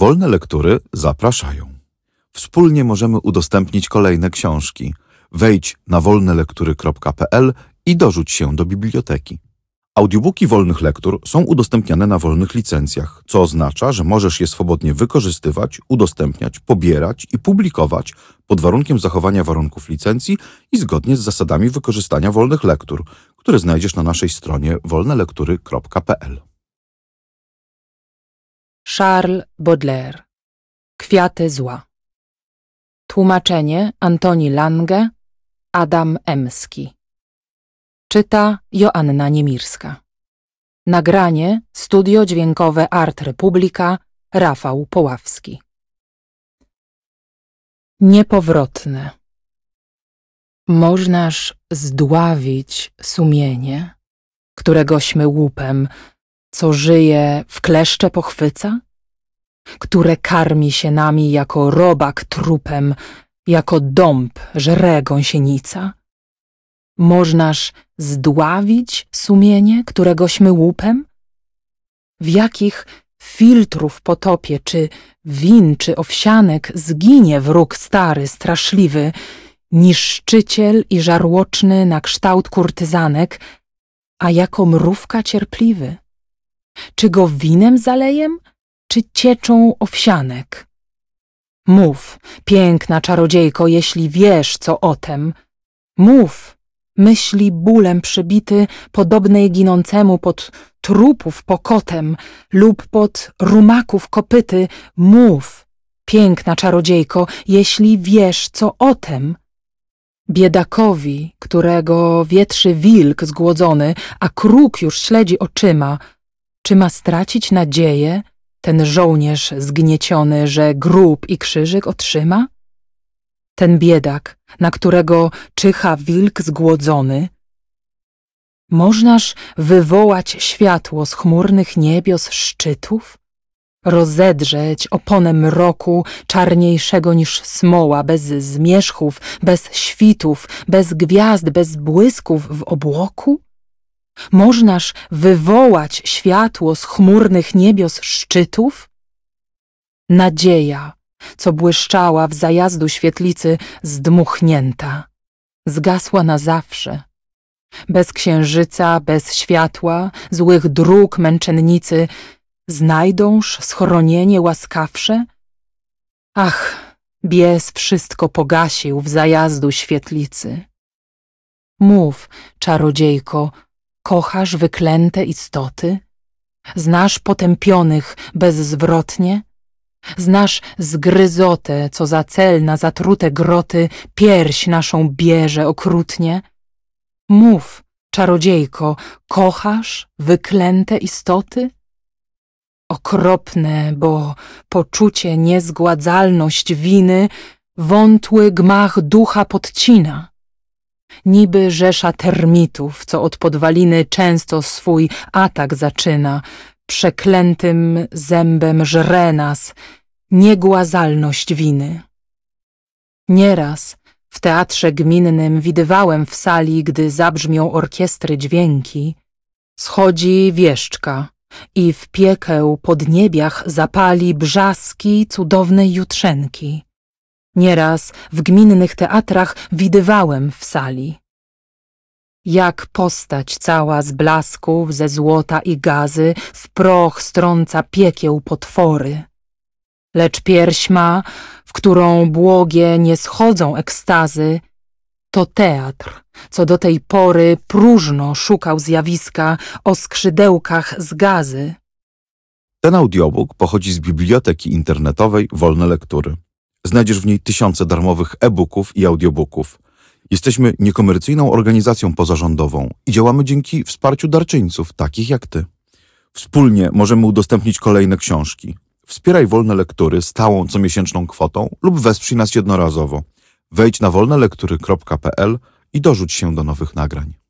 Wolne lektury zapraszają. Wspólnie możemy udostępnić kolejne książki. Wejdź na wolnelektury.pl i dorzuć się do biblioteki. Audiobooki wolnych lektur są udostępniane na wolnych licencjach, co oznacza, że możesz je swobodnie wykorzystywać, udostępniać, pobierać i publikować pod warunkiem zachowania warunków licencji i zgodnie z zasadami wykorzystania wolnych lektur, które znajdziesz na naszej stronie wolnelektury.pl. Charles Baudelaire. Kwiaty zła. Tłumaczenie Antoni Lange, Adam Emski. Czyta Joanna Niemirska. Nagranie Studio Dźwiękowe Art Republika, Rafał Poławski. Niepowrotne. Możnaż zdławić sumienie, któregośmy łupem, co żyje w kleszcze pochwyca? Które karmi się nami jako robak trupem, jako dąb żre gąsienica? Możnaż zdławić sumienie, któregośmy łupem? W jakich filtrów potopie, czy win, czy owsianek zginie wróg stary, straszliwy, niszczyciel i żarłoczny na kształt kurtyzanek, a jako mrówka cierpliwy? Czy go winem zalejem, czy cieczą owsianek? Mów, piękna czarodziejko, jeśli wiesz, co o tem. Mów, myśli bólem przybity, podobnej ginącemu pod trupów pokotem lub pod rumaków kopyty. Mów, piękna czarodziejko, jeśli wiesz, co o tem. Biedakowi, którego wietrzy wilk zgłodzony, a kruk już śledzi oczyma, czy ma stracić nadzieję ten żołnierz zgnieciony, że grób i krzyżyk otrzyma? Ten biedak, na którego czyha wilk zgłodzony? Możnaż wywołać światło z chmurnych niebios szczytów? Rozedrzeć oponę mroku czarniejszego niż smoła, bez zmierzchów, bez świtów, bez gwiazd, bez błysków w obłoku? Możnaż wywołać światło z chmurnych niebios szczytów? Nadzieja, co błyszczała w zajazdu świetlicy, zdmuchnięta, zgasła na zawsze. Bez księżyca, bez światła, złych dróg męczennicy, znajdąż schronienie łaskawsze? Ach, bies wszystko pogasił w zajazdu świetlicy. Mów, czarodziejko, kochasz wyklęte istoty? Znasz potępionych bezzwrotnie? Znasz zgryzotę, co za cel na zatrute groty pierś naszą bierze okrutnie? Mów, czarodziejko, kochasz wyklęte istoty? Okropne, bo poczucie niezgładzalność winy wątły gmach ducha podcina. Niby rzesza termitów, co od podwaliny często swój atak zaczyna, przeklętym zębem żre nas niegłazalność winy. Nieraz w teatrze gminnym widywałem w sali, gdy zabrzmią orkiestry dźwięki, schodzi wieszczka i w piekieł podniebiach zapali brzaski cudownej jutrzenki. Nieraz w gminnych teatrach widywałem w sali, jak postać cała z blasków, ze złota i gazy w proch strąca piekieł potwory. Lecz pierś ma, w którą błogie nie schodzą ekstazy, to teatr, co do tej pory próżno szukał zjawiska o skrzydełkach z gazy. Ten audiobook pochodzi z biblioteki internetowej Wolne Lektury. Znajdziesz w niej tysiące darmowych e-booków i audiobooków. Jesteśmy niekomercyjną organizacją pozarządową i działamy dzięki wsparciu darczyńców, takich jak ty. Wspólnie możemy udostępnić kolejne książki. Wspieraj Wolne Lektury stałą comiesięczną kwotą lub wesprzyj nas jednorazowo. Wejdź na wolnelektury.pl i dorzuć się do nowych nagrań.